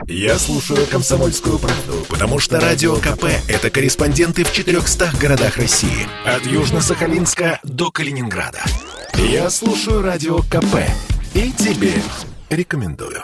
Я слушаю «Комсомольскую правду», потому что Радио КП – это корреспонденты в 400 городах России. От Южно-Сахалинска до Калининграда. Я слушаю Радио КП и тебе рекомендую.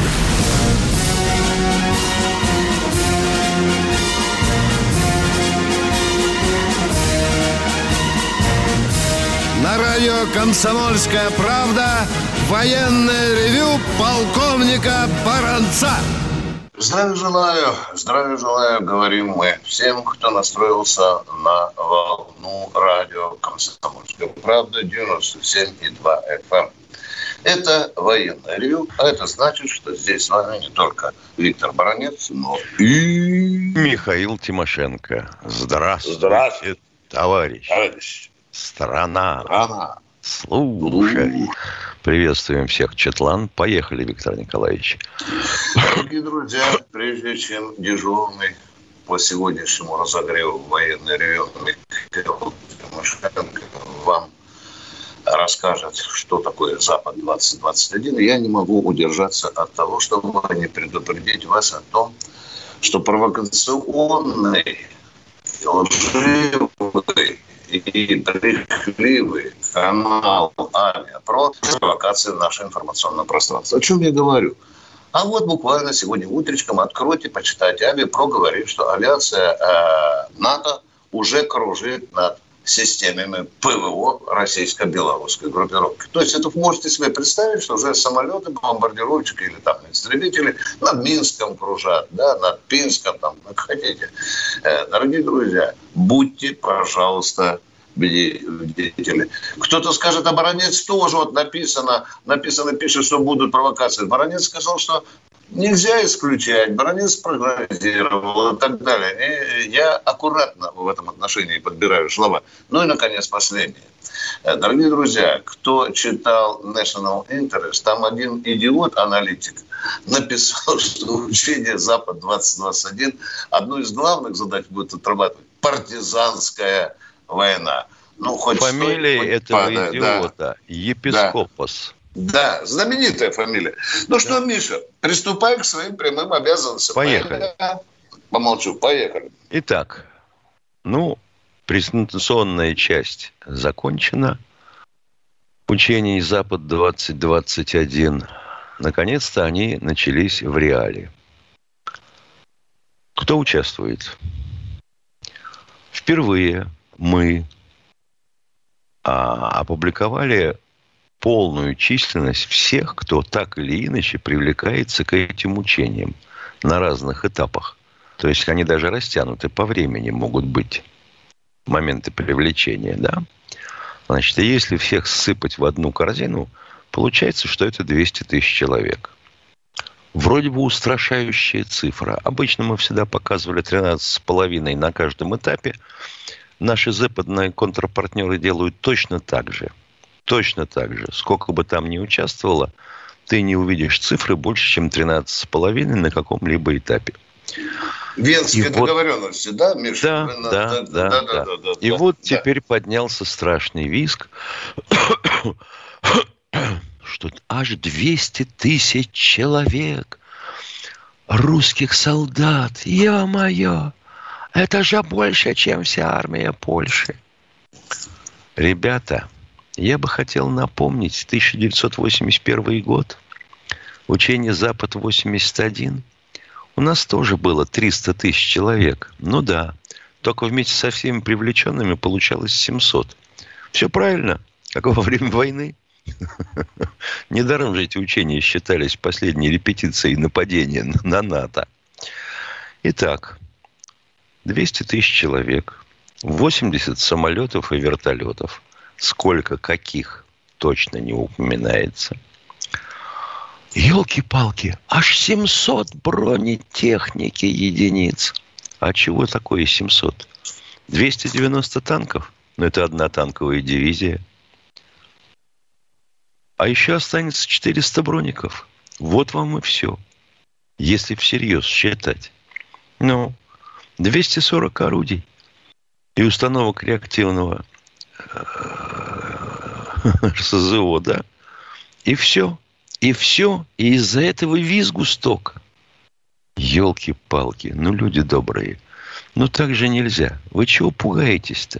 На радио «Комсомольская правда» военное ревю полковника Баранца. Здравия желаю, говорим мы всем, кто настроился на волну радио «Комсомольская правда» 97,2 FM. Это военное ревю, а это значит, что здесь с вами не только Виктор Баранец, но и... Михаил Тимошенко. Здравствуйте, товарищ. Страна. Слушай. Приветствуем всех, Четлан. Поехали, Виктор Николаевич. Дорогие друзья, прежде чем дежурный по сегодняшнему разогреву военной ревю Михаил Тимошенко вам расскажет, что такое Запад-2021, я не могу удержаться от того, чтобы не предупредить вас о том, что провокационный, лживый и брехливый канал Авиапро провокации в нашем информационном пространстве. О чем я говорю? А вот буквально сегодня утречком откройте, почитайте. Авиапро говорит, что авиация НАТО уже кружит над системами ПВО российско-белорусской группировки. То есть это можете себе представить, что уже самолеты, бомбардировщики или там истребители над Минском кружат, да, над Пинском, там, как хотите. Дорогие друзья, будьте, пожалуйста, бдительны. Кто-то скажет, а Баранец тоже вот написано, пишет, что будут провокации. Баранец сказал, что нельзя исключать, Баранец прогнозировал и так далее. Я аккуратно в этом отношении подбираю слова. Ну и, наконец, последнее. Дорогие друзья, кто читал National Interest, там один идиот-аналитик написал, что учение «Запад-2021» одну из главных задач будет отрабатывать партизанская война. Ну, хоть фамилия этого идиота да. Епископос. Да, знаменитая фамилия. Ну что, Миша, приступай к своим прямым обязанностям. Поехали. Помолчу, поехали. Итак, презентационная часть закончена. Учений Запад-2021. Наконец-то они начались в реале. Кто участвует? Впервые мы опубликовали полную численность всех, кто так или иначе привлекается к этим учениям на разных этапах. То есть они даже растянуты по времени могут быть моменты привлечения, да? Значит, и если всех ссыпать в одну корзину, получается, что это 200 тысяч человек. Вроде бы устрашающая цифра. Обычно мы всегда показывали 13,5 на каждом этапе. Наши западные контрпартнеры делают точно так же. Точно так же. Сколько бы там ни участвовало, ты не увидишь цифры больше, чем 13,5 на каком-либо этапе. Венские договоренности, да, Миша? Да. И вот теперь поднялся страшный визг, что аж 200 тысяч человек, русских солдат, ё-моё, это же больше, чем вся армия Польши. Ребята, я бы хотел напомнить 1981 год, учение «Запад-81». У нас тоже было 300 тысяч человек. Ну да, только вместе со всеми привлеченными получалось 700. Все правильно, как во время войны. Недаром же эти учения считались последней репетицией нападения на НАТО. Итак, 200 тысяч человек, 80 самолетов и вертолетов. Сколько каких, точно не упоминается. Ёлки-палки, аж 700 бронетехники единиц. А чего такое 700? 290 танков? Ну, это одна танковая дивизия. А еще останется 400 броников. Вот вам и все. Если всерьез считать. 240 орудий и установок реактивного РСЗО, да? И все. И из-за этого визгу столько. Ёлки-палки, ну, люди добрые. Ну, так же нельзя. Вы чего пугаетесь-то?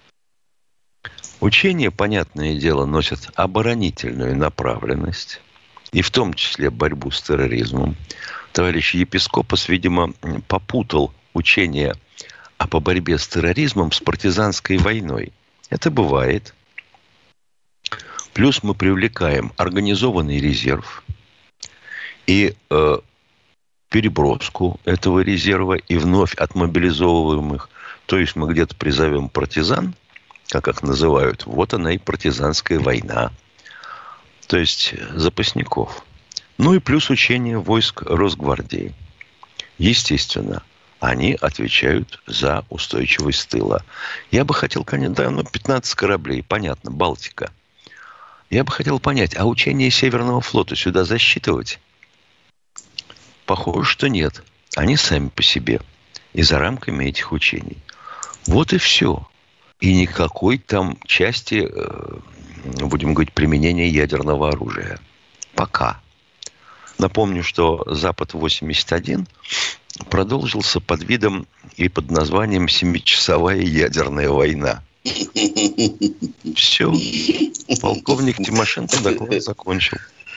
Учения, понятное дело, носят оборонительную направленность. И в том числе борьбу с терроризмом. Товарищ епископос, видимо, попутал учения по борьбе с терроризмом с партизанской войной. Это бывает. Плюс мы привлекаем организованный резерв и переброску этого резерва и вновь отмобилизовываемых. То есть мы где-то призовем партизан, как их называют. Вот она и партизанская война. То есть запасников. Ну и плюс учения войск Росгвардии. Естественно, они отвечают за устойчивость тыла. Я бы хотел, конечно, 15 кораблей, понятно, Балтика. Я бы хотел понять, а учения Северного флота сюда засчитывать? Похоже, что нет. Они сами по себе. И за рамками этих учений. Вот и все. И никакой там части, будем говорить, применения ядерного оружия. Пока. Напомню, что Запад-81 продолжился под видом и под названием «Семичасовая ядерная война». Все. Полковник Тимошенко доклад закончил.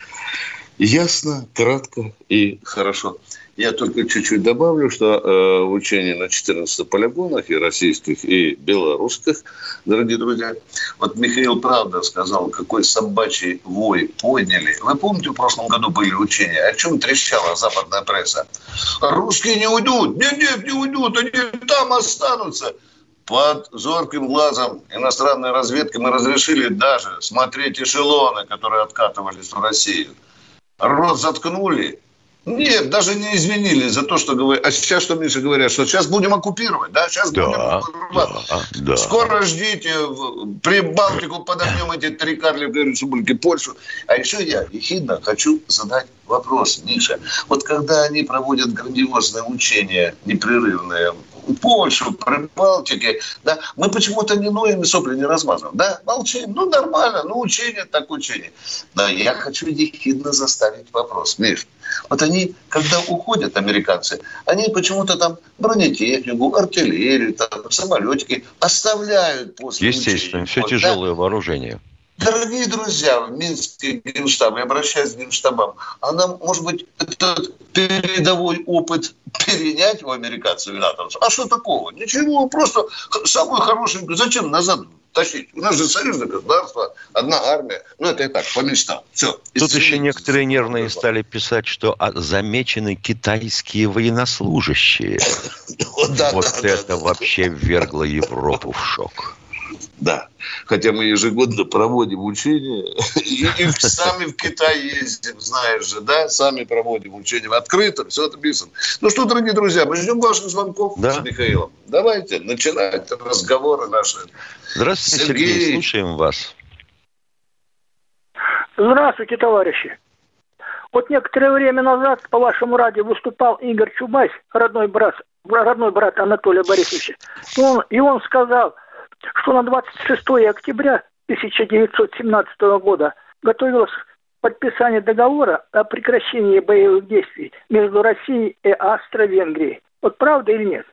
Ясно, кратко и хорошо. Я только чуть-чуть добавлю, что учения на 14 полигонах, и российских, и белорусских, дорогие друзья, вот Михаил Правда сказал, какой собачий вой подняли. Вы помните, в прошлом году были учения? О чем трещала западная пресса? Русские не уйдут. Нет, не уйдут, они там останутся. Под зорким глазом иностранной разведки мы разрешили даже смотреть эшелоны, которые откатывались в Россию. Рот заткнули. Нет, даже не извинились за то, что говорят. А сейчас что, Миша, говорят, что сейчас будем оккупировать, да? Сейчас будем оккупировать. Да. Скоро ждите, Прибалтику подомнем эти 3 Карликовые республики, Польшу. А еще я ехидно хочу задать вопрос, Миша. Вот когда они проводят грандиозные учения, непрерывные, Польшу, Прибалтике, да, мы почему-то не ноем и сопли не размазываем, да, молчим, ну нормально, ну учение так учение. Но я хочу ехидно заставить вопрос, Миш, вот они, когда уходят, американцы, они почему-то там бронетехнику, артиллерию, там, самолетики оставляют после естественно, учения. Все тяжелое вооружение. Дорогие друзья, в Минске Генштаб, я обращаюсь к Генштабам, а нам, может быть, этот передовой опыт перенять у американцев и натовцев? А что такого? Ничего, просто самую хорошенькую. Зачем назад тащить? У нас же союзное государство, одна армия. Ну, это и так, по мечтам. Все. Тут еще некоторые нервные стали писать, что замечены китайские военнослужащие. Вот это вообще ввергло Европу в шок. Да, хотя мы ежегодно проводим учения, и сами в Китай ездим, знаешь же, да, сами проводим учения в открытом, все это написано. Ну что, дорогие друзья, мы ждем ваших звонков с Михаилом. Давайте начинать разговоры наши. Здравствуйте, Сергей, слушаем вас. Здравствуйте, товарищи. Вот некоторое время назад по вашему радио выступал Игорь Чубайс, родной брат Анатолия Борисовича, и он сказал, что на 26 октября 1917 года готовилось подписание договора о прекращении боевых действий между Россией и Австро-Венгрией. Вот правда или нет?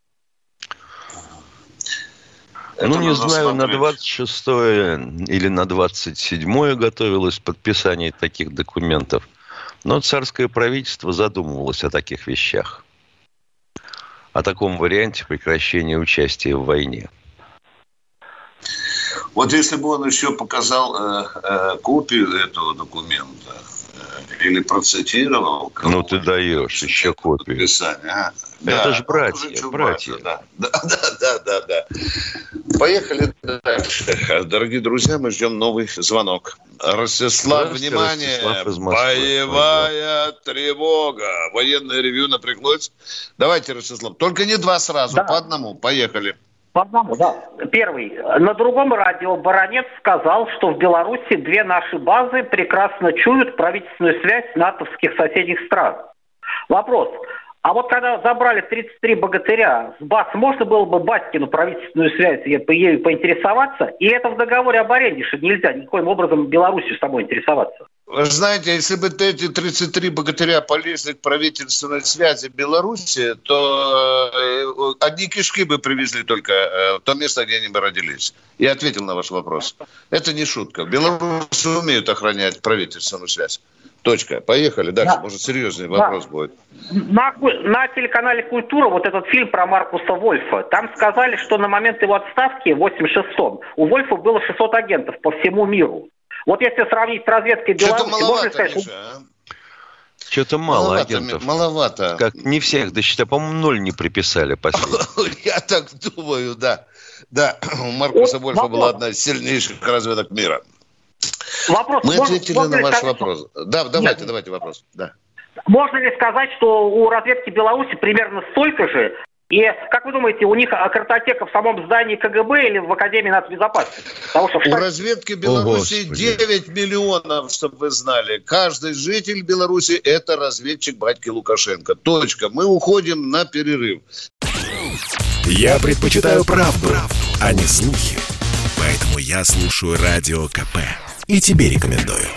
Ну, не знаю, на 26-е или на 27-е готовилось подписание таких документов. Но царское правительство задумывалось о таких вещах. О таком варианте прекращения участия в войне. Вот если бы он еще показал копию этого документа или процитировал... Ну, ты даешь еще копию. Это да, же братья. Да. Поехали дальше. Дорогие друзья, мы ждем новый звонок. Ростислав, внимание. Боевая тревога. Военное ревью напряглось. Давайте, Ростислав. Только не 2 сразу, по одному. Поехали. По одному, да. Первый. На другом радио Баранец сказал, что в Беларуси 2 наши базы прекрасно чуют правительственную связь натовских соседних стран. Вопрос. А вот когда забрали 33 богатыря с баз, можно было бы Батькину правительственную связь ею поинтересоваться? И это в договоре об аренде, что нельзя никоим образом Белоруссию с собой интересоваться. Вы знаете, если бы эти 33 богатыря полезли к правительственной связи Беларуси, то одни кишки бы привезли только в то место, где они бы родились. Я ответил на ваш вопрос. Это не шутка. Белорусы умеют охранять правительственную связь. Точка. Поехали дальше. Может, серьезный вопрос будет. На телеканале «Культура» вот этот фильм про Маркуса Вольфа. Там сказали, что на момент его отставки в 86-м у Вольфа было 600 агентов по всему миру. Вот если сравнить с разведкой Беларуси, можно сказать, что... Что-то мало агентов. Маловато. Как не всех досчитать, по-моему, 0 не приписали последний. Я так думаю, да. Да, у Маркуса Вольфа была одна из сильнейших разведок мира. Мы ответили на ваш вопрос. Да, давайте вопрос. Да. Можно ли сказать, что у разведки Беларуси примерно столько же? И, как вы думаете, у них картотека в самом здании КГБ или в Академии нацбезопасности? У разведки Беларуси 9 миллионов, чтобы вы знали. Каждый житель Беларуси – это разведчик батьки Лукашенко. Точка. Мы уходим на перерыв. Я предпочитаю правду, а не слухи. Поэтому я слушаю Радио КП. И тебе рекомендую.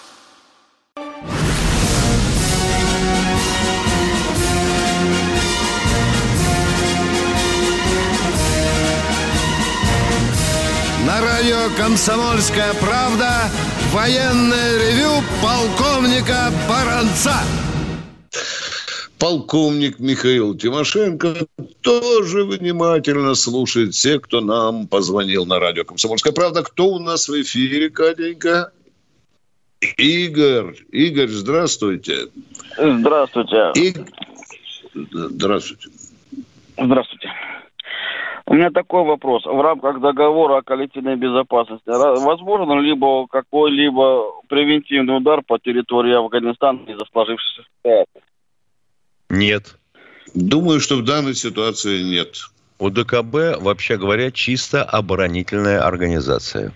На радио «Комсомольская правда» военное ревю полковника Баранца. Полковник Михаил Тимошенко тоже внимательно слушает всех, кто нам позвонил на радио «Комсомольская правда». Кто у нас в эфире, Катенька? Игорь. Игорь, здравствуйте. Здравствуйте. Здравствуйте. Здравствуйте. У меня такой вопрос. В рамках договора о коллективной безопасности возможно либо какой-либо превентивный удар по территории Афганистана из-за сложившейся ситуации? Нет. Думаю, что в данной ситуации нет. УДКБ, вообще говоря, чисто оборонительная организация.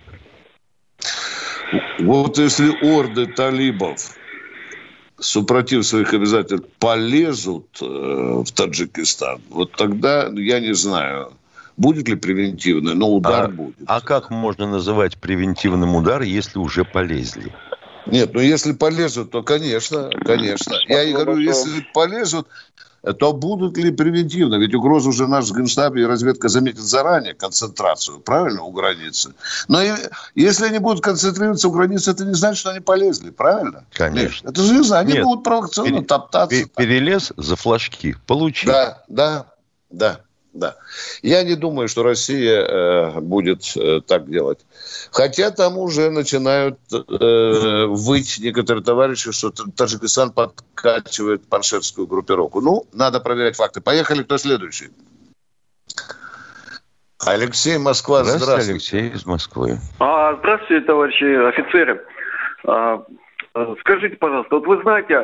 Вот если орды талибов, супротив своих обязательств, полезут в Таджикистан, вот тогда я не знаю, будет ли превентивный, но удар будет. А как можно называть превентивным удар, если уже полезли? Нет, если полезут, то, конечно. Я и говорю, если полезут, то будут ли превентивно? Ведь угрозу уже наш Генштаб и разведка заметит заранее, концентрацию, правильно, у границы. Но если они будут концентрироваться у границы, это не значит, что они полезли, правильно? Конечно. Это же не знаю, они будут провокационно топтаться. Перелез за флажки, получил. Да. Я не думаю, что Россия будет так делать. Хотя там уже начинают выть некоторые товарищи, что Таджикистан подкачивает паншерскую группировку. Ну, надо проверять факты. Поехали, кто следующий? Алексей, Москва, здравствуйте. Алексей из Москвы. Здравствуйте, товарищи офицеры. Скажите, пожалуйста, вот вы знаете,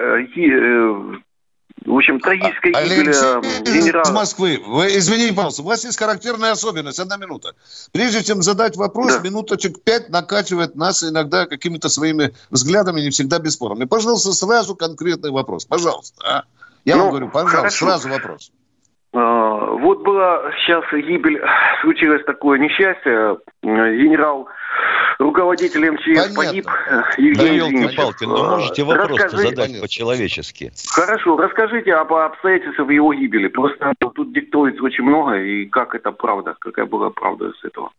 в общем, трагическая гибель генерала... из Москвы. Вы извините, пожалуйста, у вас есть характерная особенность. 1 минута. Прежде чем задать вопрос, минуточек 5 накачивает нас иногда какими-то своими взглядами, не всегда бесспорными. Пожалуйста, сразу конкретный вопрос. Пожалуйста. Я вам говорю, пожалуйста, хорошо. Сразу вопрос. Вот была сейчас гибель, случилось такое несчастье. Генерал, руководитель МЧС погиб. Евгений Зиничев. Но можете вопрос задать по-человечески. Хорошо, расскажите об обстоятельствах его гибели. Просто тут диктуется очень много, и как это правда, какая была правда из этого?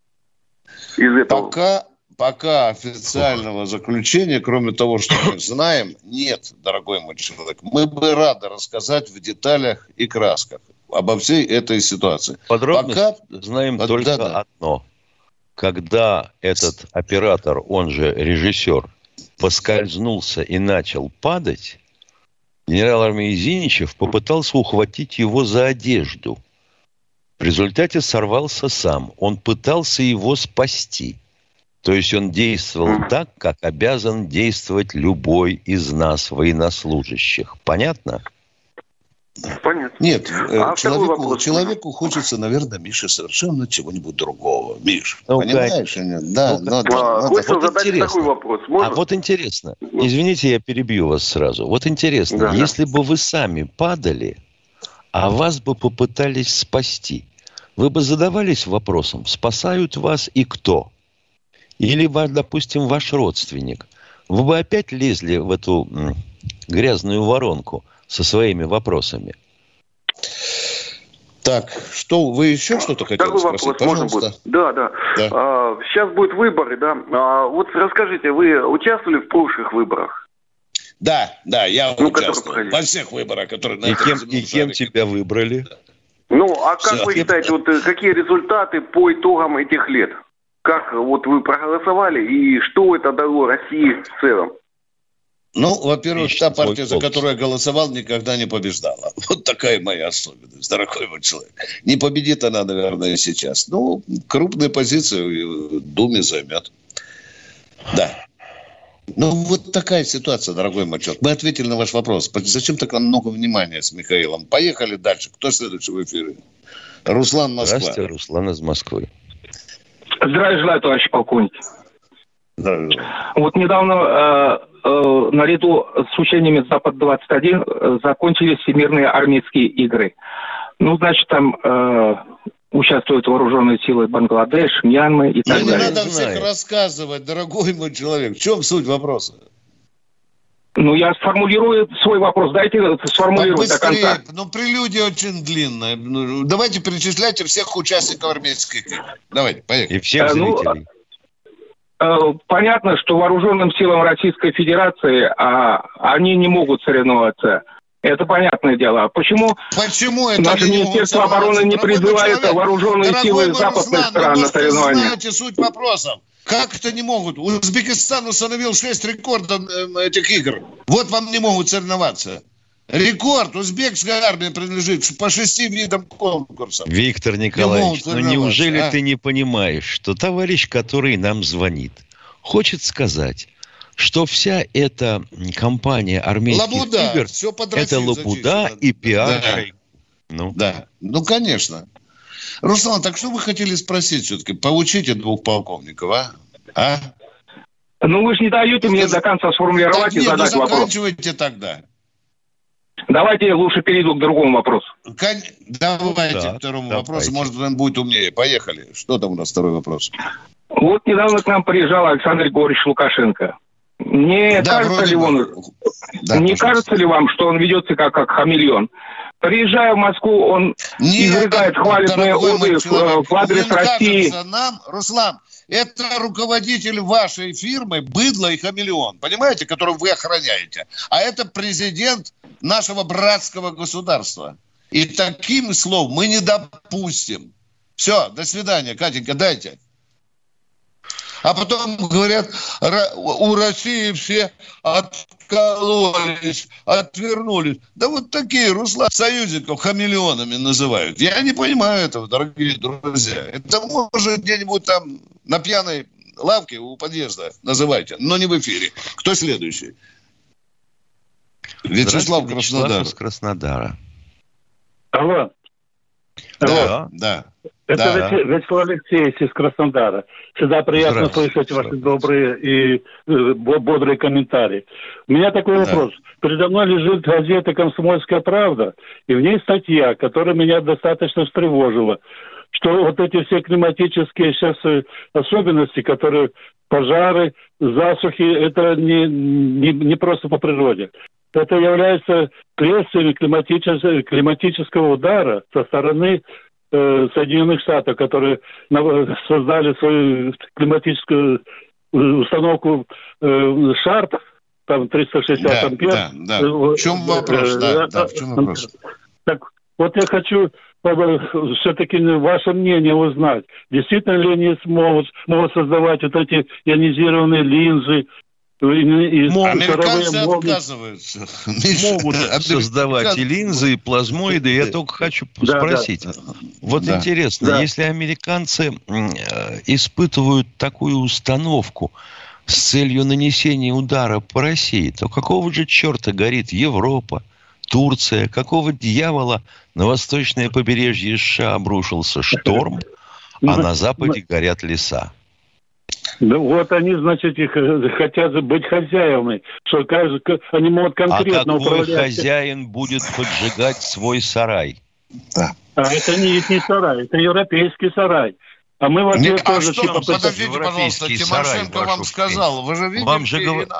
Пока официального заключения, кроме того, что мы знаем, нет, дорогой мой человек. Мы бы рады рассказать в деталях и красках обо всей этой ситуации. Подробности знаем только одно. Когда этот оператор, он же режиссер, поскользнулся и начал падать, генерал армии Зиничев попытался ухватить его за одежду. В результате сорвался сам. Он пытался его спасти. То есть он действовал так, как обязан действовать любой из нас, военнослужащих. Понятно? Понятно. Нет, человеку хочется, наверное, Миша, совершенно чего-нибудь другого. Миш, понимаешь? Хочется задать такой вопрос. Можно? А вот интересно, извините, я перебью вас сразу. Вот интересно, если бы вы сами падали, а вас бы попытались спасти, вы бы задавались вопросом, спасают вас и кто? Или, допустим, ваш родственник. вы бы опять лезли в эту грязную воронку со своими вопросами. Так, что вы еще что-то хотели спросить? Такой вопрос можно будет? Да. Сейчас будут выборы, да. Вот расскажите, вы участвовали в прошлых выборах? Да, я участвовал во всех выборах, которые... И кем тебя выбрали? А как вы считаете, какие результаты по итогам этих лет? Как вы проголосовали и что это дало России в целом? Во-первых, та партия, за которую я голосовал, никогда не побеждала. Вот такая моя особенность, дорогой мой человек. Не победит она, наверное, сейчас. Крупные позиции в Думе займет. Да. Вот такая ситуация, дорогой мой человек. Мы ответили на ваш вопрос. Зачем так много внимания с Михаилом? Поехали дальше. Кто следующий в эфире? Руслан, Москва. Здравствуйте, Руслан из Москвы. Здравия желаю, товарищ полковник. Здравия. Вот недавно наряду с учениями «Запад-21» закончились Всемирные армейские игры. Там участвуют вооруженные силы Бангладеш, Мьянмы и так далее. Не надо всех рассказывать, дорогой мой человек. В чем суть вопроса? Я сформулирую свой вопрос. Дайте сформулировать до конца. Прелюдия очень длинная. Давайте перечисляйте всех участников армейских игр. Давайте, поехали. И всех зрителей. Понятно, что вооруженным силам Российской Федерации они не могут соревноваться. Это понятное дело. Почему это наше Министерство обороны не призывает вооруженные силы западных стран на соревнования? Вы знаете суть вопросов. Как это не могут? Узбекистан установил 6 рекордов этих игр. Вот вам не могут соревноваться. Рекорд узбекская армия принадлежит по 6 видам конкурсов. Виктор Николаевич, неужели ты не понимаешь, что товарищ, который нам звонит, хочет сказать, что вся эта компания армейских игр – это лабуда и пиар? Да. Конечно. Руслан, так что вы хотели спросить все-таки? Поучите 2 полковников, а? Вы же не даете мне до конца сформулировать и задать вопрос. Заканчивайте тогда. Давайте я лучше перейду к другому вопросу. Давайте к второму вопросу. Может, он будет умнее. Поехали. Что там у нас второй вопрос? Вот недавно к нам приезжал Александр Григорьевич Лукашенко. Не кажется ли вам, что он ведет себя как хамелеон? Приезжая в Москву, он изрыгает хвалебные оды в адрес России. Руслан, это руководитель вашей фирмы быдло и хамелеон, понимаете, которого вы охраняете. А это президент нашего братского государства. И таким словом мы не допустим. Все, до свидания, Катенька, дайте. А потом говорят, у России все откололись, отвернулись. Да вот такие, Руслан, союзников хамелеонами называют. Я не понимаю этого, дорогие друзья. Это может где-нибудь там на пьяной лавке у подъезда называйте, но не в эфире. Кто следующий? Вячеслав Краснодар. Из Краснодара. Алло. Да. Это Вячеслав Алексеевич из Краснодара. Всегда приятно слышать ваши добрые и бодрые комментарии. У меня такой вопрос. Передо мной лежит газета «Комсомольская правда», и в ней статья, которая меня достаточно встревожила, что вот эти все климатические сейчас особенности, которые пожары, засухи, это не просто по природе. Это является следствием климатического удара со стороны Соединенных Штатов, которые создали свою климатическую установку ШАРП, там 360 ампер. Да. В чем вопрос? В чем вопрос? Так, вот я хочу все-таки ваше мнение узнать. Действительно ли они могут создавать вот эти ионизированные линзы? Американцы отказываются. Могут создавать и линзы, и плазмоиды. Я только хочу спросить. Интересно, если американцы испытывают такую установку с целью нанесения удара по России, то какого же черта горит Европа, Турция? Какого дьявола на восточное побережье США обрушился шторм, а на западе горят леса? Да вот они, значит, хотят быть хозяевами, что они могут конкретно управлять. А какой хозяин будет поджигать свой сарай? А это не их сарай, это европейский сарай. А мы в ответ тоже... Подождите, пожалуйста, Тимошенко вам сказал, вы же видите... Вам же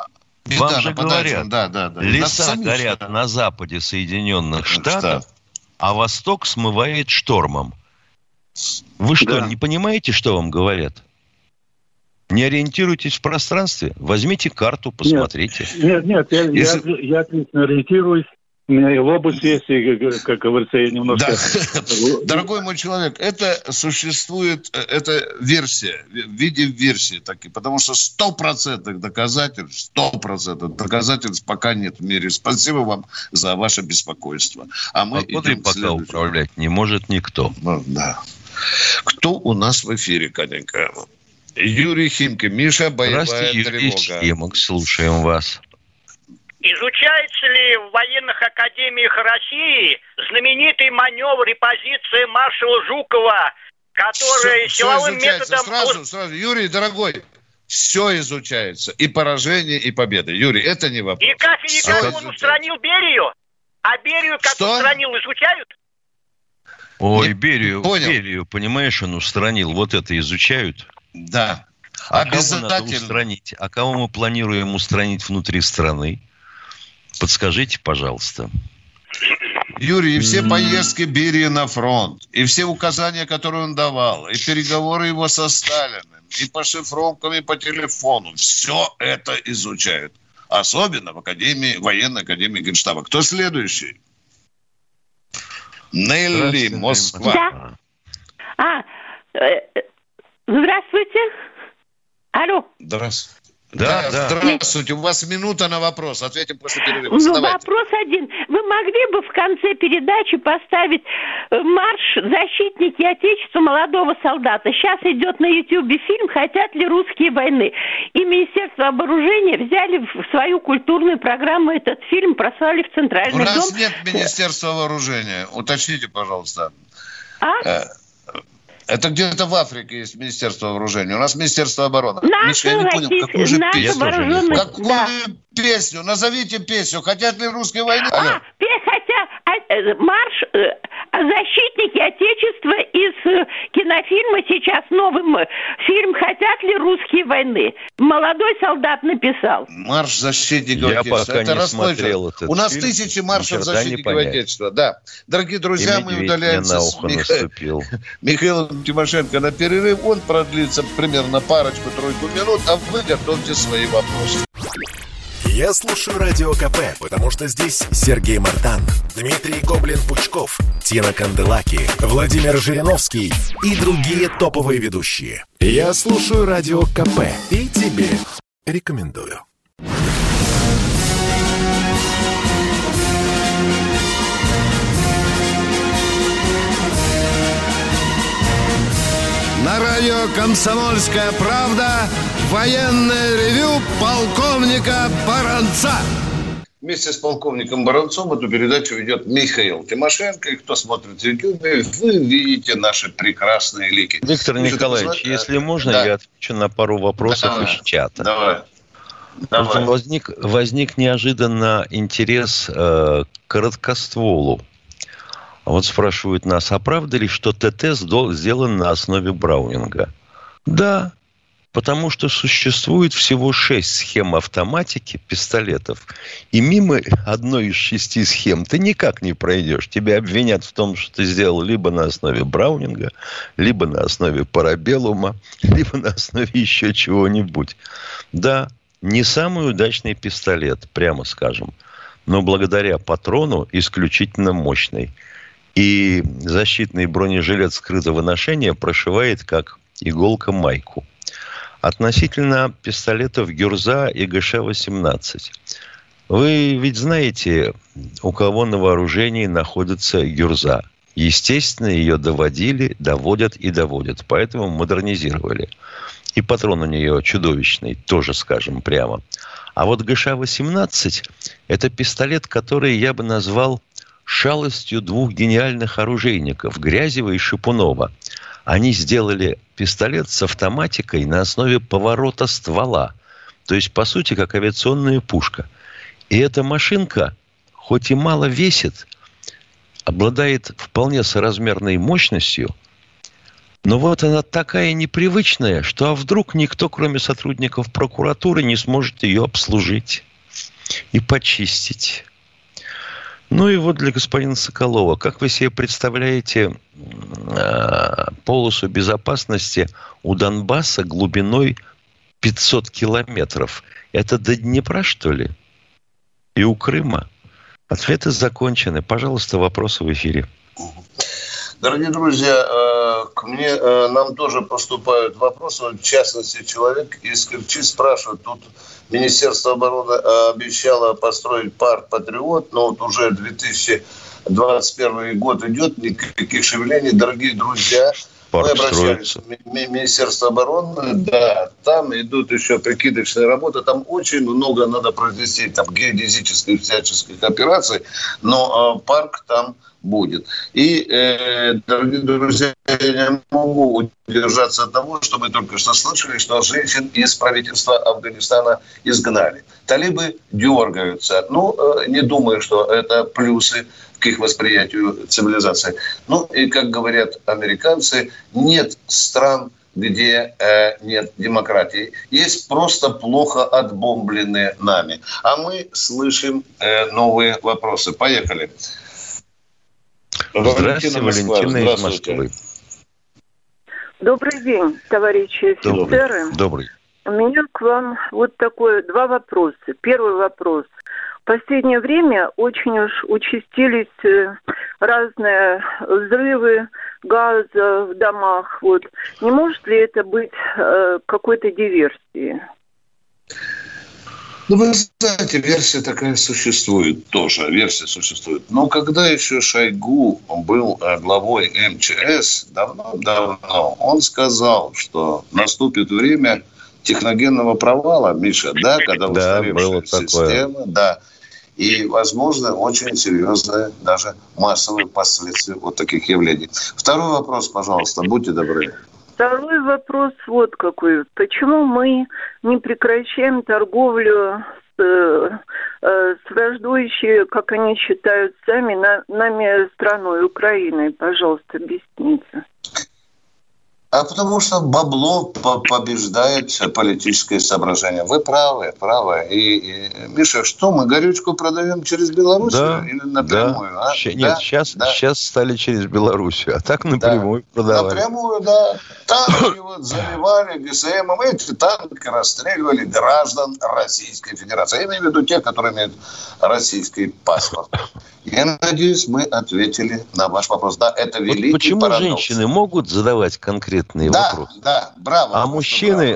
Вам же говорят, леса горят на западе Соединенных Штатов, а восток смывает штормом. Вы что, не понимаете, что вам говорят? Не ориентируйтесь в пространстве? Возьмите карту, посмотрите. Нет, я отлично ориентируюсь. У меня и лобус есть, и, как говорится, я немножко... Да. Дорогой мой человек, это существует, это версия, в виде версии таки, потому что 100% доказательств пока нет в мире. Спасибо вам за ваше беспокойство. А мы идем пока управлять не может никто. Да. Кто у нас в эфире, Каненька? Юрий Химки. Миша, боевая тревога. Юрий Химок, слушаем вас. Изучается ли в военных академиях России знаменитый маневр и позиция маршала Жукова, который силовым методом... Сразу, Юрий, дорогой, все изучается. И поражение, и победа. Юрий, это не вопрос. И как он устранил Берию? А Берию как устранил, изучают? Ой, Берию, понимаешь, он устранил. Вот это изучают. Да. А кого надо устранить? А кого мы планируем устранить внутри страны? Подскажите, пожалуйста. Юрий, и все поездки Берии на фронт, и все указания, которые он давал, и переговоры его со Сталиным, и по шифровкам, и по телефону, все это изучают. Особенно в Академии, военной академии Генштаба. Кто следующий? Нелли, Москва. Да. Здравствуйте. Алло. Здравствуйте. Да, здравствуйте. У вас минута на вопрос. Ответим после перерыва. Вопрос один. Вы могли бы в конце передачи поставить марш «Защитники Отечества молодого солдата»? Сейчас идет на Ютьюбе фильм «Хотят ли русские войны?» И Министерство вооружения взяли в свою культурную программу этот фильм, прослали в Центральный дом. У нас нет Министерства вооружения. Уточните, пожалуйста. Это где-то в Африке есть Министерство вооружения. У нас Министерство обороны. Миша, я не понял, какую же песню? Какую песню? Назовите песню. Хотят ли русской войны? Марш «Защитники Отечества» из кинофильма сейчас новый фильм «Хотят ли русские войны». Молодой солдат написал. Марш защитников Отечества. Это расслышал. У нас тысячи маршев защитников Отечества. Да. Дорогие друзья, мы удаляемся с Михаилом Тимошенко на перерыв. Он продлится примерно парочку-тройку минут, а вы готовьте свои вопросы. Я слушаю Радио КП, потому что здесь Сергей Мартан, Дмитрий Гоблин-Пучков, Тина Канделаки, Владимир Жириновский и другие топовые ведущие. Я слушаю Радио КП и тебе рекомендую. На радио «Комсомольская правда» военное ревю полковника Баранца. Вместе с полковником Баранцом эту передачу ведет Михаил Тимошенко. И кто смотрит в Ютьюбе, вы видите наши прекрасные лики. Виктор Николаевич, если можно, я отвечу на пару вопросов из чата. Давай. Возник неожиданно интерес к короткостволу. Вот спрашивают нас, а правда ли, что ТТ сделан на основе Браунинга? Да, потому что существует всего 6 схем автоматики пистолетов. И мимо одной из 6 схем ты никак не пройдешь. Тебя обвинят в том, что ты сделал либо на основе Браунинга, либо на основе Парабеллума, либо на основе еще чего-нибудь. Да, не самый удачный пистолет, прямо скажем, но благодаря патрону исключительно мощный. И защитный бронежилет скрытого ношения прошивает как иголка майку. Относительно пистолетов Гюрза и ГШ-18. Вы ведь знаете, у кого на вооружении находится Гюрза. Естественно, ее доводят и доводят. Поэтому модернизировали. И патрон у нее чудовищный, тоже скажем прямо. А вот ГШ-18 – это пистолет, который я бы назвал шалостью двух гениальных оружейников – Грязева и Шипунова. Они сделали пистолет с автоматикой на основе поворота ствола. То есть, по сути, как авиационная пушка. И эта машинка, хоть и мало весит, обладает вполне соразмерной мощностью, но вот она такая непривычная, что вдруг никто, кроме сотрудников прокуратуры, не сможет ее обслужить. и почистить. Ну и вот для господина Соколова. Как вы себе представляете полосу безопасности у Донбасса глубиной 500 километров? Это до Днепра, что ли? И у Крыма? Ответы закончены. Пожалуйста, вопросы в эфире. Дорогие друзья, нам тоже поступают вопросы. В частности, человек из Керчи спрашивает, тут Министерство обороны обещало построить парк «Патриот», но вот уже 2021 год идет, никаких шевелений. Дорогие друзья, мы обращались в Министерство обороны, да, там идут еще прикидочные работы, там очень много надо произвести там геодезических всяческих операций, но парк там будет. И, дорогие друзья, я не могу удержаться от того, что мы только что слышали, что женщин из правительства Афганистана изгнали. Талибы дергаются. Не думаю, что это плюсы к их восприятию цивилизации. И, как говорят американцы, нет стран, где нет демократии. Есть просто плохо отбомбленные нами. А мы слышим новые вопросы. Поехали. Здравствуйте, Валентина из Москвы. Добрый день, товарищи офицеры. Добрый. У меня к вам два вопроса. Первый вопрос. В последнее время очень уж участились разные взрывы газа в домах. Не может ли это быть какой-то диверсией? Вы знаете, версия такая существует тоже. Но когда еще Шойгу был главой МЧС, давно, он сказал, что наступит время техногенного провала, Миша, да, когда устаревшая система, да, и, возможно, очень серьезные, даже массовые последствия вот таких явлений. Второй вопрос, пожалуйста, будьте добры. Второй вопрос какой. Почему мы не прекращаем торговлю с враждующей, как они считают сами, нами страной, Украиной? Пожалуйста, объясните. А потому что бабло побеждает политическое соображение. Вы правы. И Миша, что мы горючку продаем через Белоруссию или напрямую? Да. Сейчас стали через Белоруссию, а так напрямую продавали. Напрямую, да. Танки заливали ГСМом, эти танки расстреливали граждан Российской Федерации. Я имею в виду тех, которые имеют российский паспорт. Я надеюсь, мы ответили на ваш вопрос. Да, это великий почему парадокс. Женщины могут задавать конкретные вопросы? Да, браво. А мужчины,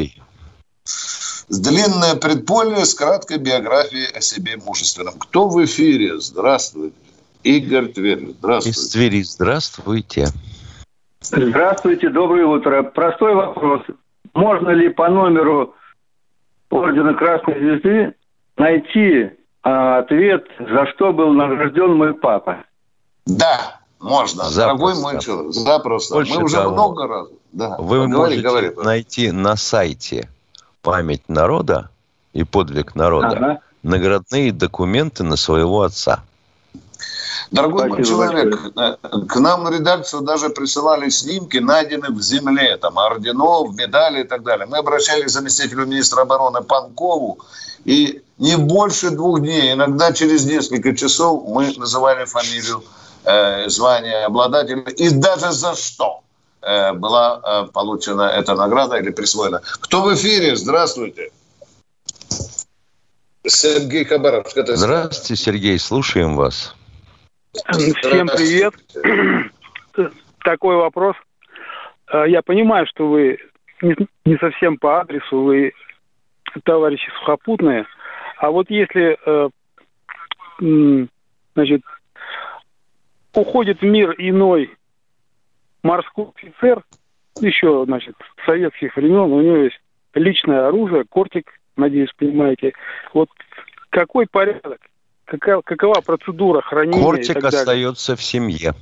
Длинное предполье с краткой биографией о себе мужественном. Кто в эфире? Здравствуйте. Игорь, Тверь. Здравствуйте. Из Твери. Здравствуйте. Здравствуйте, доброе утро. Простой вопрос. Можно ли по номеру Ордена Красной Звезды найти ответ, за что был награжден мой папа? Да, можно. Дорогой мой человек, запросто. Мы уже много раз. Да. Вы можете найти на сайте «Память народа» и «Подвиг народа» наградные документы на своего отца. Дорогой мой человек, к нам в редакцию даже присылали снимки, найденных в земле, там, орденов, медалей и так далее. Мы обращались к заместителю министра обороны Панкову, и не больше 2 дней, иногда через несколько часов мы называли фамилию, звание обладателя, и даже за что была получена эта награда или присвоена. Кто в эфире? Здравствуйте. Сергей Хабаровск. Здравствуйте, Сергей, слушаем вас. Всем привет. Такой вопрос. Я понимаю, что вы не совсем по адресу, вы товарищи сухопутные. А вот если, уходит в мир иной морской офицер, еще, с советских времен, у него есть личное оружие, кортик, надеюсь, понимаете. Вот какой порядок? Какова процедура хранения? Кортик остается в семье.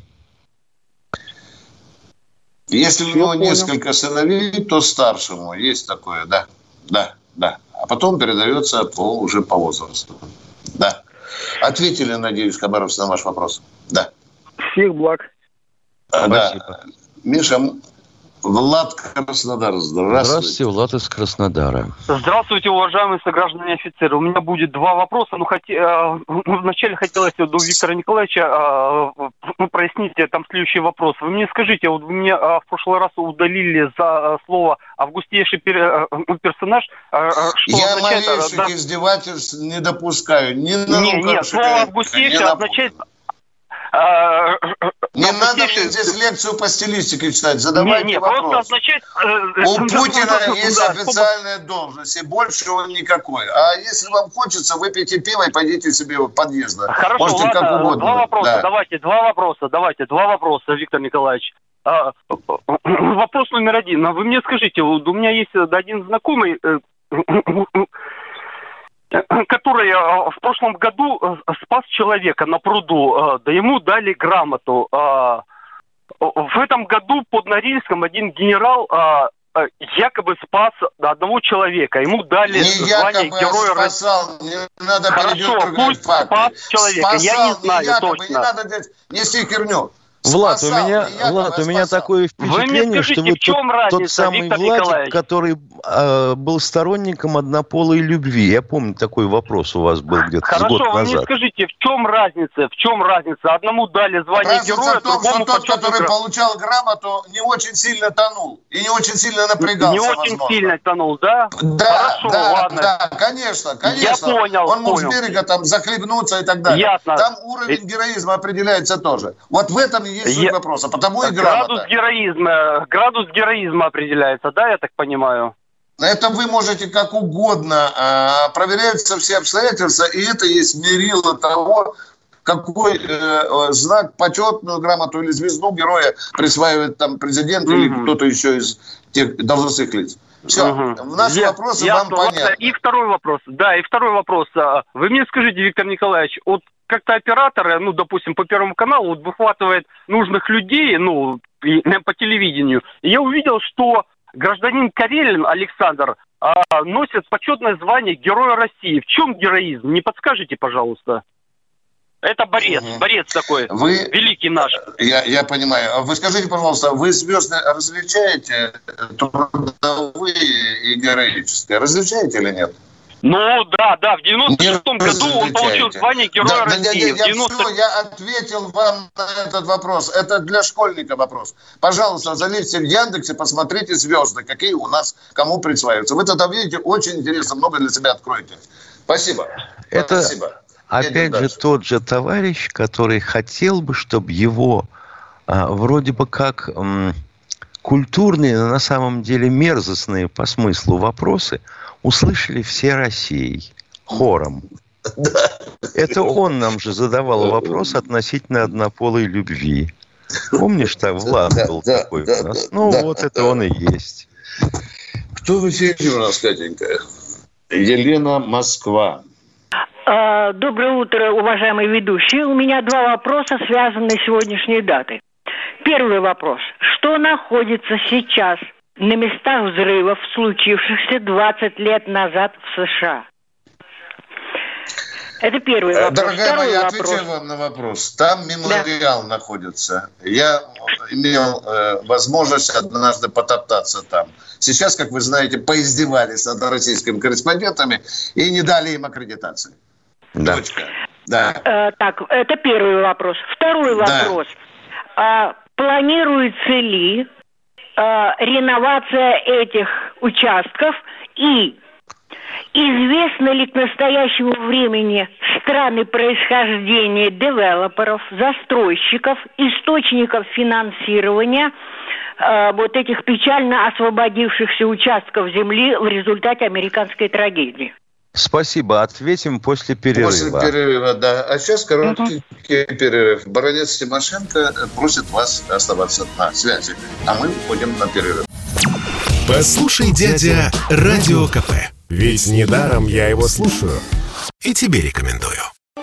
Если у него несколько сыновей, то старшему есть такое, да. А потом передается уже по возрасту. Да. Ответили, надеюсь, Хабаровск, на ваш вопрос. Да. Всех благ. Да. Миша, Влад, Краснодар, здравствуйте. Здравствуйте, Влад из Краснодара. Здравствуйте, уважаемые сограждане офицеры. У меня будет два вопроса. Вначале хотелось до Виктора Николаевича прояснить там следующий вопрос. Вы мне скажите, вот вы меня в прошлый раз удалили за слово «августейший персонаж». Что я означает, малейших издевательств не допускаю. Нет, слово «августейший» означает... Не надо мне здесь лекцию по стилистике читать. Задавайте вопрос. Означает... У Путина есть официальная должность, и больше он никакой. А если вам хочется, выпейте пиво и пойдите себе в подъезд. Хорошо, можете ладно, как угодно. Два вопроса, давайте, два вопроса, Виктор Николаевич. Вопрос номер один. Вы мне скажите, у меня есть один знакомый... который в прошлом году спас человека на пруду, да ему дали грамоту. В этом году под Норильском один генерал якобы спас одного человека. Ему дали звание Героя России. Не надо пусть спас человека. Спасал, я не знаю точно. Не надо нести херню. Влад, у меня такое впечатление, что вы тот самый Владик, который был сторонником однополой любви. Я помню, такой вопрос у вас был где-то год назад. Хорошо, вы мне скажите, в чем разница? Одному дали звание героя, другому... Тот, который получал грамоту, не очень сильно тонул и не очень сильно напрягался, Не очень сильно тонул, да? Да, хорошо, ладно. Да, конечно. Я понял. Он мог с берега там захлебнуться и так далее. Ясно. Там уровень героизма определяется тоже. Вот в этом есть суть вопроса, потому и грамота. Градус героизма определяется, да, я так понимаю? Это вы можете как угодно. Проверяются все обстоятельства, и это есть мерило того, какой знак, почетную грамоту или звезду героя присваивает там президент или кто-то еще из тех должностных лиц. Все, наши вопросы вам понятны. И второй вопрос. Вы мне скажите, Виктор Николаевич, вот как-то операторы, допустим, по Первому каналу выхватывают нужных людей, по телевидению. И я увидел, что гражданин Карелин Александр носит почетное звание Героя России. В чем героизм? Не подскажите, пожалуйста. Это борец такой, великий наш. Я понимаю. Вы скажите, пожалуйста, вы звезды различаете трудовые и героические? Различаете или нет? Да, в 96-м году он получил звание Героя России. Я ответил вам на этот вопрос. Это для школьника вопрос. Пожалуйста, залезьте в Яндексе, посмотрите звезды, какие у нас, кому присваиваются. Вы тогда видите, очень интересно, много для себя откроете. Спасибо. Спасибо. Опять же, тот же товарищ, который хотел бы, чтобы его вроде бы как культурные, но на самом деле мерзостные по смыслу вопросы услышали все Россией хором. Это он нам же задавал вопрос относительно однополой любви. Помнишь, там Влад был такой у нас? Это он и есть. Кто в эфире у нас, Катенька? Елена, Москва. Доброе утро, уважаемые ведущие. У меня два вопроса, связанные с сегодняшней датой. Первый вопрос. Что находится сейчас на местах взрывов, случившихся 20 лет назад в США? Это первый вопрос. Дорогая моя, отвечаю вам на вопрос. Там мемориал находится. Я имел возможность однажды потоптаться там. Сейчас, как вы знаете, поиздевались над российскими корреспондентами и не дали им аккредитации. Да. Точка. Да. Так, это первый вопрос. Второй вопрос. Планируется ли реновация этих участков и известно ли к настоящему времени страны происхождения девелоперов, застройщиков, источников финансирования вот этих печально освободившихся участков земли в результате американской трагедии? Спасибо. Ответим после перерыва. После перерыва, да. А сейчас короткий перерыв. Баронец Тимошенко просит вас оставаться на связи. А мы уходим на перерыв. Послушай, дядя, Радио КП. Ведь недаром я его слушаю. И тебе рекомендую.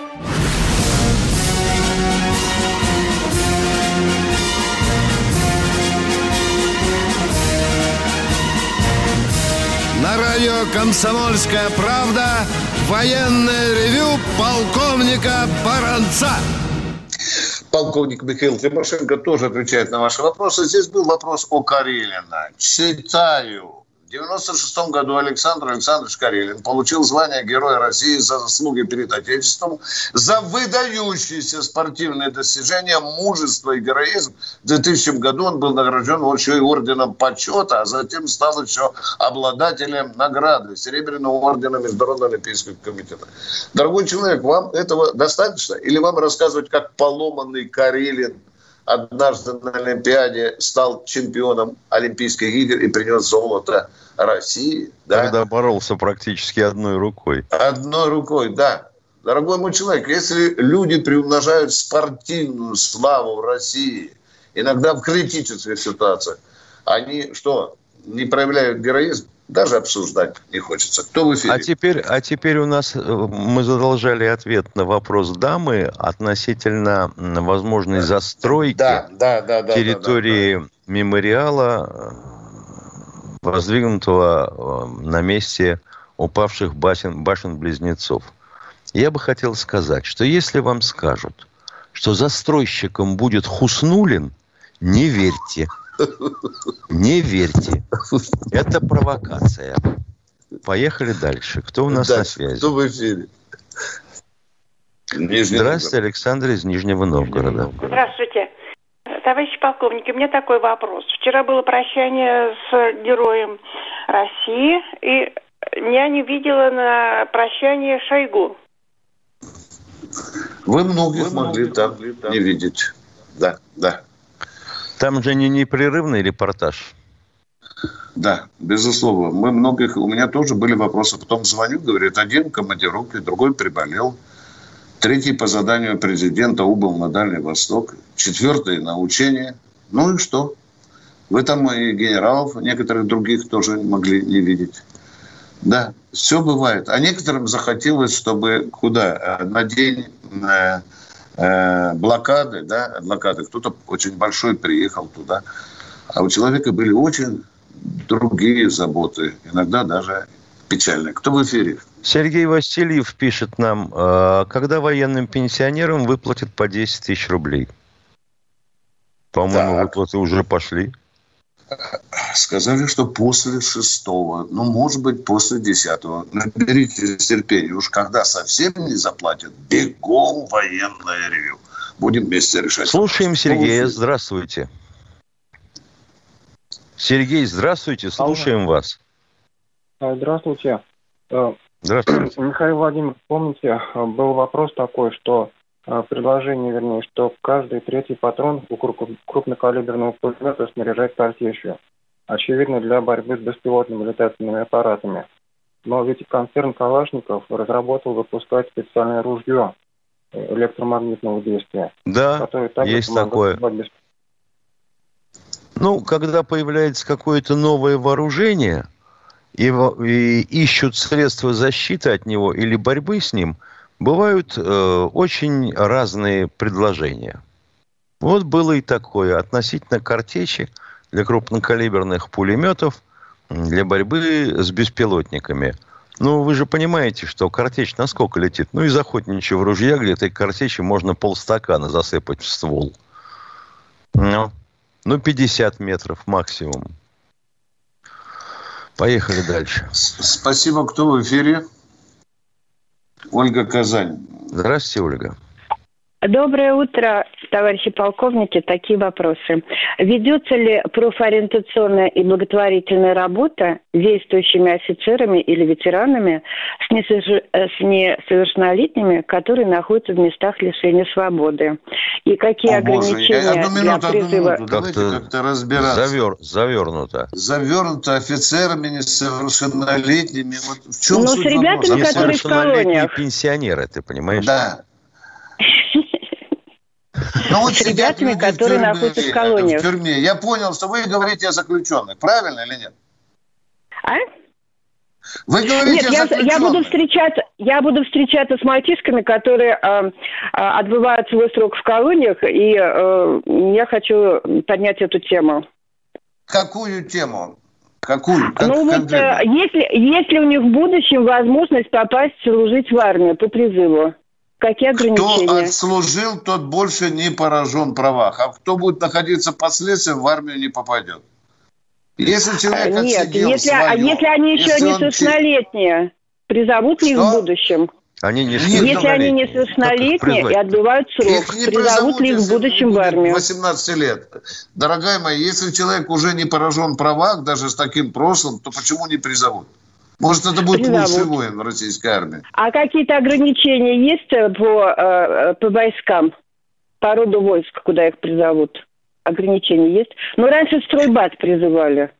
На радио «Комсомольская правда» военное ревю полковника Баранца. полковник Михаил Тимошенко тоже отвечает на ваши вопросы. Здесь был вопрос о Карелина. Читаю. В 1996 году Александр Александрович Карелин получил звание Героя России за заслуги перед Отечеством, за выдающиеся спортивные достижения, мужество и героизм. В 2000 году он был награжден еще и орденом почета, а затем стал еще обладателем награды Серебряного ордена Международного олимпийского комитета. Дорогой человек, вам этого достаточно? Или вам рассказывать, как поломанный Карелин однажды на Олимпиаде стал чемпионом Олимпийских игр и принес золото России? Да? Когда боролся практически одной рукой. Одной рукой, да. Дорогой мой человек, если люди приумножают спортивную славу в России, иногда в критических ситуациях, они что, не проявляют героизм? Даже обсуждать не хочется. Кто в эфире? А теперь у нас мы задолжали ответ на вопрос дамы относительно возможной застройки территории мемориала, воздвигнутого на месте упавших башен-близнецов. Я бы хотел сказать, что если вам скажут, что застройщиком будет Хуснуллин, не верьте. Не верьте. Это провокация. Поехали дальше. Кто у нас на связи? Кто в эфире? Здравствуйте, Александр из Нижнего Новгорода. Здравствуйте. Товарищ полковник, у меня такой вопрос. Вчера было прощание с Героем России, и я не видела на прощании Шойгу. Вы многих могли там не видеть. Да. Там же не непрерывный репортаж. Да, безусловно. У меня тоже были вопросы. Потом звоню, говорит, один в командировке, другой приболел. Третий по заданию президента убыл на Дальний Восток. Четвертый на учение. Ну и что? Вы там и генералов, некоторых других тоже могли не видеть. Да, все бывает. А некоторым захотелось, чтобы куда? На день блокады, кто-то очень большой приехал туда. А у человека были очень другие заботы, иногда даже печальные. Кто в эфире? Сергей Васильев пишет нам, когда военным пенсионерам выплатят по 10 тысяч рублей? По-моему, выплаты уже пошли. Сказали, что после 6-го, может быть, после 10-го. Наберите терпения. Уж когда совсем не заплатят, бегом военное ревью. Будем вместе решать. Слушаем Сергея. Здравствуйте. Сергей, здравствуйте. Слушаем вас. Здравствуйте. Здравствуйте. Михаил Владимирович, помните, был вопрос такой, что предложение, что каждый третий патрон у крупнокалиберного пулемета снаряжается артечью. Очевидно, для борьбы с беспилотными летательными аппаратами. Но ведь концерн Калашников разработал выпускать специальное ружье электромагнитного действия. Да, есть такое. Когда появляется какое-то новое вооружение и ищут средства защиты от него или борьбы с ним, бывают очень разные предложения. Вот было и такое относительно картечи для крупнокалиберных пулеметов для борьбы с беспилотниками. Вы же понимаете, что картечь насколько летит? Из охотничьего ружья где-то картечи можно полстакана засыпать в ствол. 50 метров максимум. Поехали дальше. Спасибо. Кто в эфире? Ольга, Казань. Здравствуйте, Ольга. Доброе утро, товарищи полковники. Такие вопросы. Ведется ли профориентационная и благотворительная работа действующими офицерами или ветеранами с несовершеннолетними, которые находятся в местах лишения свободы? И какие ограничения для призыва... Давайте как-то разбираться. Завернуто. Завернуто офицерами несовершеннолетними. В чем суть с ребятами, вопроса? которые в колониях. Пенсионеры, ты понимаешь? Да. С ребятами, которые находятся в колониях. В тюрьме. Я понял, что вы говорите о заключенных. Правильно или нет? Вы говорите о заключенных. Я буду встречаться с мальчишками, которые отбывают свой срок в колониях, и я хочу поднять эту тему. Какую тему? Какую? Если у них в будущем возможность попасть служить в армию по призыву. Какие ограничения? Кто отслужил, тот больше не поражен в правах. А кто будет находиться впоследствии, в армию не попадет. Если человек отсидел если они еще несовершеннолетние, призовут ли их в будущем? Они если они несовершеннолетние и отбывают срок, призовут ли их в будущем в армию? 18 лет. Дорогая моя, если человек уже не поражен в правах, даже с таким прошлым, то почему не призовут? Может, это будет лучший воин в российской армии. А какие-то ограничения есть по войскам, по роду войск, куда их призовут? Ограничения есть? Ну, раньше стройбат призывали.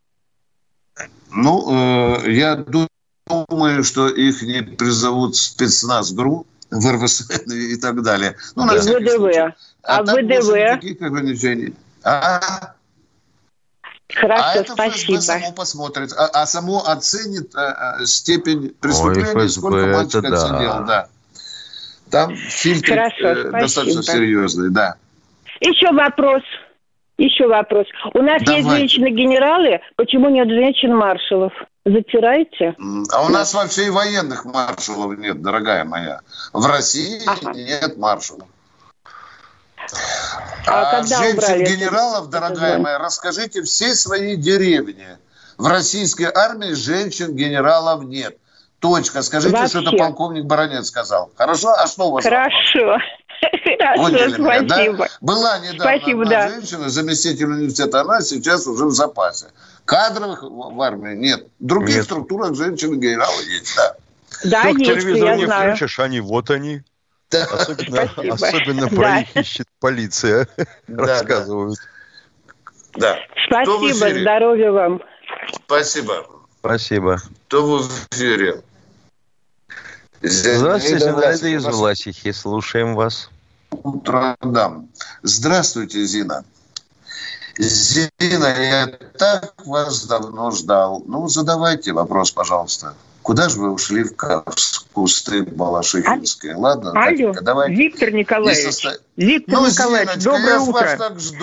Ну, я думаю, что их не призовут в спецназ ГРУ, в РВСН и так далее. Ну, на всякий случай. А там больше никаких ограничений. Хорошо, это спасибо. ФСБ само посмотрит, само оценит степень преступления, сколько мальчик оценил, да. Там фильтр достаточно серьезный, да. Еще вопрос. У нас есть женщины-генералы, почему нет женщин-маршалов? Затираете? А у нас вообще и военных маршалов нет, дорогая моя. В России нет маршалов. А женщин-генералов, дорогая моя, расскажите всей своей деревне. В российской армии женщин-генералов нет. Точка. Скажите, вообще. Что это полковник Баранец сказал. Хорошо? А что у вас? Хорошо. Хорошо, спасибо. Да? Была недавно одна женщина, заместитель университета, она сейчас уже в запасе. Кадровых в армии нет. В других структурах женщины-генералы есть, да. Да, есть, телевизор не знаю. Включишь, они. Да. Особенно про них ищет полиция, рассказывают. Да. Спасибо, здоровья вам. Спасибо. Кто в эфире? Здравствуйте, Зинаида из Власихи. Слушаем вас. Утро дам. Здравствуйте, Зина. Зина, я так вас давно ждал. Ну, задавайте вопрос, пожалуйста. Куда же вы ушли в кусты Балашихинские? Ладно, алло, давайте. Виктор Николаевич, Николаевич, доброе утро. Я вас так жду.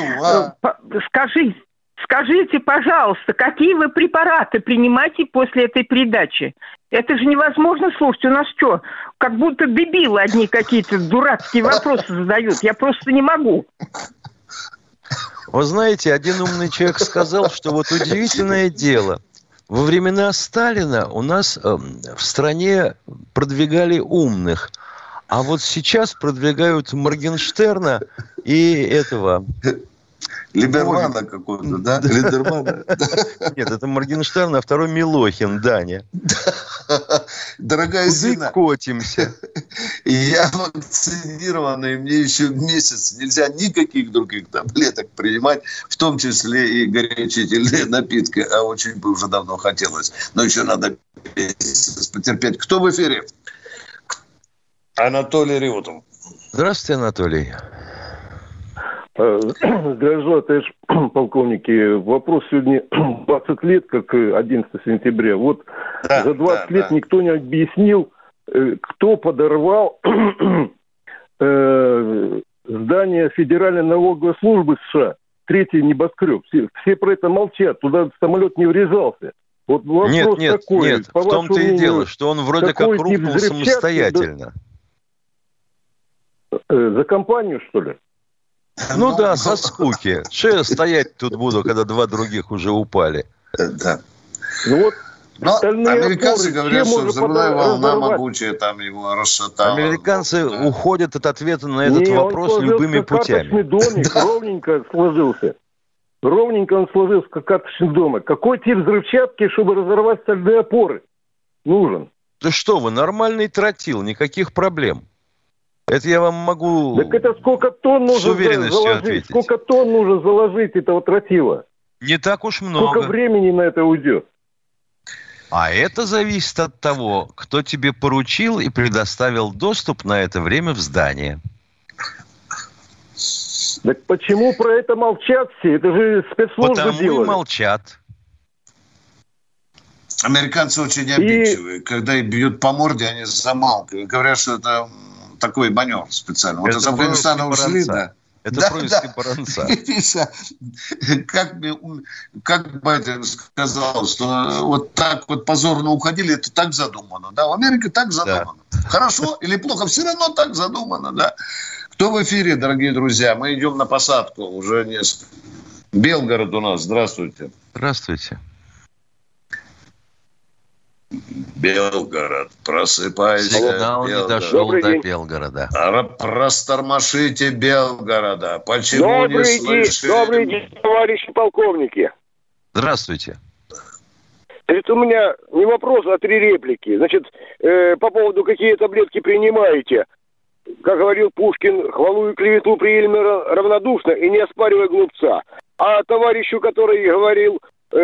Скажите, пожалуйста, какие вы препараты принимаете после этой передачи? Это же невозможно слушать. У нас что, как будто дебилы одни какие-то дурацкие вопросы задают. Я просто не могу. Вы знаете, один умный человек сказал, что вот удивительное дело. Во времена Сталина у нас в стране продвигали умных, а вот сейчас продвигают Моргенштерна и этого... Либермана какой-то, да? Либермана. Нет, это Моргенштерн, а второй Милохин, Даня. Дорогая Зина, котимся. Я вакцинированный, мне еще месяц нельзя никаких других таблеток принимать, в том числе и горячительные напитки, а очень бы уже давно хотелось. Но еще надо потерпеть. Кто в эфире? Анатолий Реутов. Здравствуйте, Анатолий. Здравствуйте, товарищ полковники. Вопрос сегодня 20 лет, как 11 сентября. Вот за 20 лет никто не объяснил, кто подорвал здание Федеральной налоговой службы США, третий небоскреб. Все про это молчат, туда самолет не врезался. Вот вопрос такой. Нет, в том-то и дело, что он вроде как рухнул самостоятельно. За компанию, что ли? Ну да, со скуки. Что я стоять тут буду, когда два других уже упали? Да. Ну вот. Но американцы говорят, что взрывная волна могучая там его расшатала. Американцы уходят от ответа на этот вопрос любыми путями. Домик ровненько сложился. Ровненько он сложился, как карточный домик. Какой тип взрывчатки, чтобы разорвать стальные опоры, нужен? Да что вы, нормальный тротил, никаких проблем. Это я вам могу так это сколько тонн нужно с уверенностью заложить? Ответить. Сколько тонн нужно заложить этого тротила? Не так уж много. Сколько времени на это уйдет? А это зависит от того, кто тебе поручил и предоставил доступ на это время в здание. Так почему про это молчат все? Это же спецслужбы Потому делали. и молчат. Американцы очень обидчивые. Когда их бьют по морде, они замалкивают. Говорят, что это такой маневр специальный. Вот из Афганистана ушли, да. Это происки баранца. Как Байден сказал, что вот так вот позорно уходили, это так задумано. Да, в Америке так задумано. Да. Хорошо или плохо, все равно так задумано, да. Кто в эфире, дорогие друзья? Мы идем на посадку. Уже несколько. Белгород у нас. Здравствуйте. Здравствуйте. Белгород, просыпайся. Сигнал не дошел до Белгорода. Растормошите Белгорода. Почему не слышим? Добрый день, товарищи полковники. Здравствуйте. Это у меня не вопрос, а 3 реплики. Значит, по поводу, какие таблетки принимаете. Как говорил Пушкин, хвалу и клевету приняли равнодушно и не оспаривая глупца. А товарищу, который говорил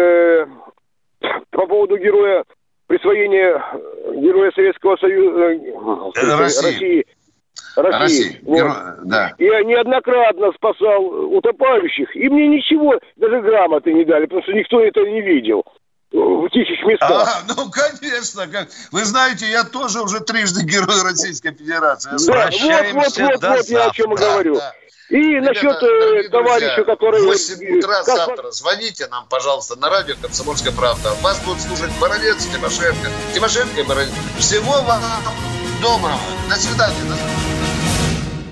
по поводу героя, присвоения Героя Советского Союза России. Вот. Да. Я неоднократно спасал утопающих, и мне ничего, даже грамоты не дали, потому что никто это не видел в тихих местах. Ну, конечно. Вы знаете, я тоже уже трижды Герой Российской Федерации. Да, вот я о чем и говорю. Да. И ребята, насчет товарища, который... В 8 утра завтра звоните нам, пожалуйста, на радио «Комсомольская правда». Вас будут слушать Боровец, Тимошенко и Боровец. Всего вам доброго. До свидания.